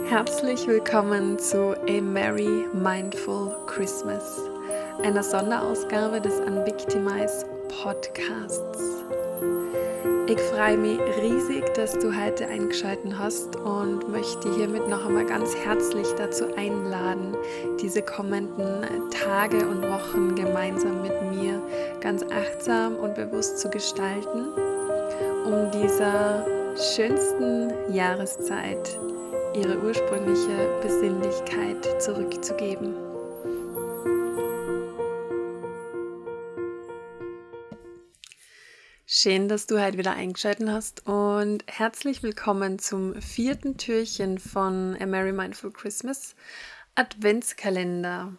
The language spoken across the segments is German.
Herzlich willkommen zu A Merry Mindful Christmas, einer Sonderausgabe des Unvictimize Podcasts. Ich freue mich riesig, dass du heute eingeschaltet hast und möchte hiermit noch einmal ganz herzlich dazu einladen, diese kommenden Tage und Wochen gemeinsam mit mir ganz achtsam und bewusst zu gestalten, um dieser schönsten Jahreszeit ihre ursprüngliche Besinnlichkeit zurückzugeben. Schön, dass du heute wieder eingeschaltet hast und herzlich willkommen zum 4. Türchen von A Merry Mindful Christmas Adventskalender.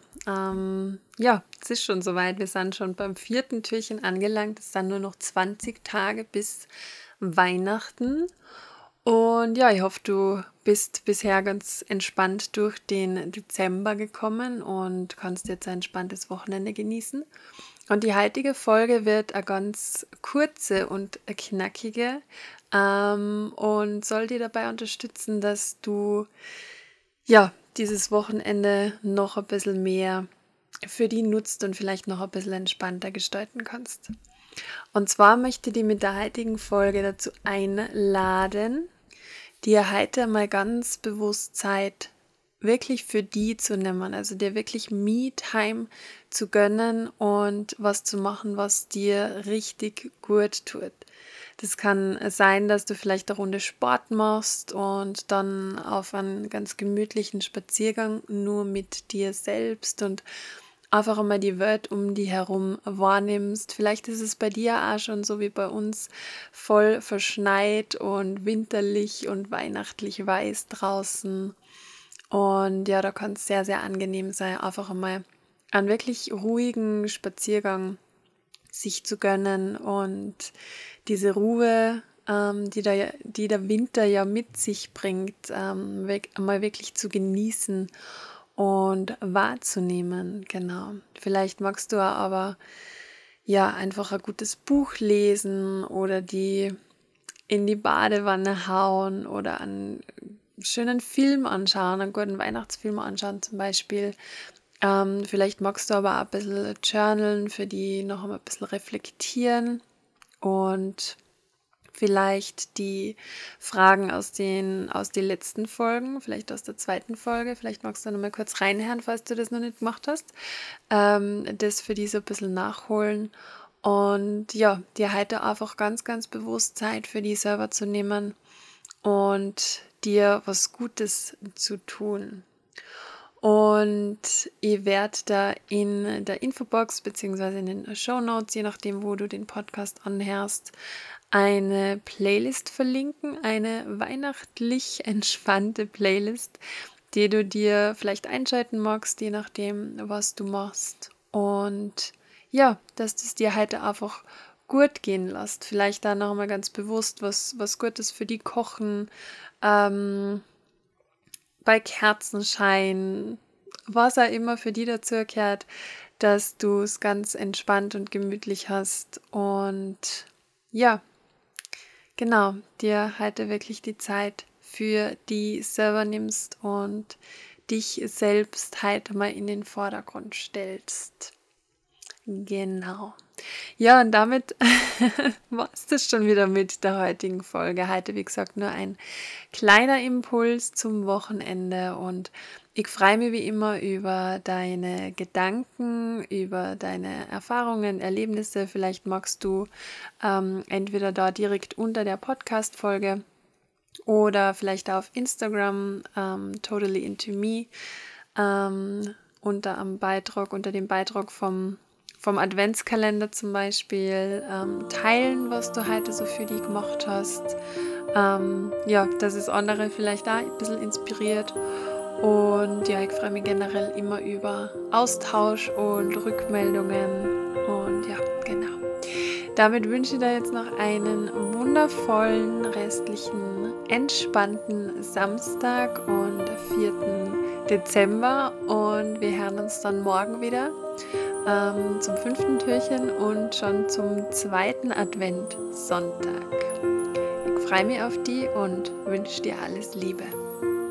Es ist schon soweit, wir sind schon beim 4. Türchen angelangt. Es sind nur noch 20 Tage bis Weihnachten. Und ja, ich hoffe, du bist bisher ganz entspannt durch den Dezember gekommen und kannst jetzt ein entspanntes Wochenende genießen. Und die heutige Folge wird eine ganz kurze und eine knackige und soll dir dabei unterstützen, dass du dieses Wochenende noch ein bisschen mehr für die nutzt und vielleicht noch ein bisschen entspannter gestalten kannst. Und zwar möchte ich dich mit der heutigen Folge dazu einladen, dir heute mal ganz bewusst Zeit wirklich für die zu nehmen, also dir wirklich Me-Time zu gönnen und was zu machen, was dir richtig gut tut. Das kann sein, dass du vielleicht eine Runde Sport machst und dann auf einen ganz gemütlichen Spaziergang nur mit dir selbst und einfach einmal die Welt um dich herum wahrnimmst. Vielleicht ist es bei dir auch schon so wie bei uns voll verschneit und winterlich und weihnachtlich weiß draußen. Und ja, da kann es sehr, sehr angenehm sein, einfach einmal einen wirklich ruhigen Spaziergang sich zu gönnen und diese Ruhe, die der Winter ja mit sich bringt, einmal wirklich zu genießen und wahrzunehmen, genau. Vielleicht magst du aber einfach ein gutes Buch lesen oder die in die Badewanne hauen oder einen schönen Film anschauen, einen guten Weihnachtsfilm anschauen zum Beispiel. Vielleicht magst du aber auch ein bisschen journalen, für die noch einmal ein bisschen reflektieren und vielleicht die Fragen aus den letzten Folgen, vielleicht aus der 2. Folge, vielleicht magst du noch mal kurz reinhören, falls du das noch nicht gemacht hast, das für die so ein bisschen nachholen und ja, dir heute einfach ganz, ganz bewusst Zeit für die selber zu nehmen und dir was Gutes zu tun. Und ich werde da in der Infobox bzw. in den Shownotes, je nachdem, wo du den Podcast anhörst, eine Playlist verlinken, eine weihnachtlich entspannte Playlist, die du dir vielleicht einschalten magst, je nachdem, was du machst. Und ja, dass du es dir heute einfach gut gehen lässt. Vielleicht da nochmal ganz bewusst was Gutes für die kochen, bei Kerzenschein, was auch immer für die dazu gehört, dass du es ganz entspannt und gemütlich hast und ja, genau, dir heute wirklich die Zeit für die selber nimmst und dich selbst heute mal in den Vordergrund stellst. Genau. Ja, und damit war es das schon wieder mit der heutigen Folge. Heute, wie gesagt, nur ein kleiner Impuls zum Wochenende und ich freue mich wie immer über deine Gedanken, über deine Erfahrungen, Erlebnisse. Vielleicht magst du entweder da direkt unter der Podcast-Folge oder vielleicht auf Instagram, Totally Into Me, unter dem Beitrag vom Adventskalender zum Beispiel teilen, was du heute so für die gemacht hast. Dass es andere vielleicht auch ein bisschen inspiriert. Und ja, ich freue mich generell immer über Austausch und Rückmeldungen. Und ja, genau. Damit wünsche ich dir jetzt noch einen wundervollen, restlichen, entspannten Samstag und 4. Dezember. Und wir hören uns dann morgen wieder zum 5. Türchen und schon zum 2. Adventssonntag. Ich freue mich auf die und wünsche dir alles Liebe.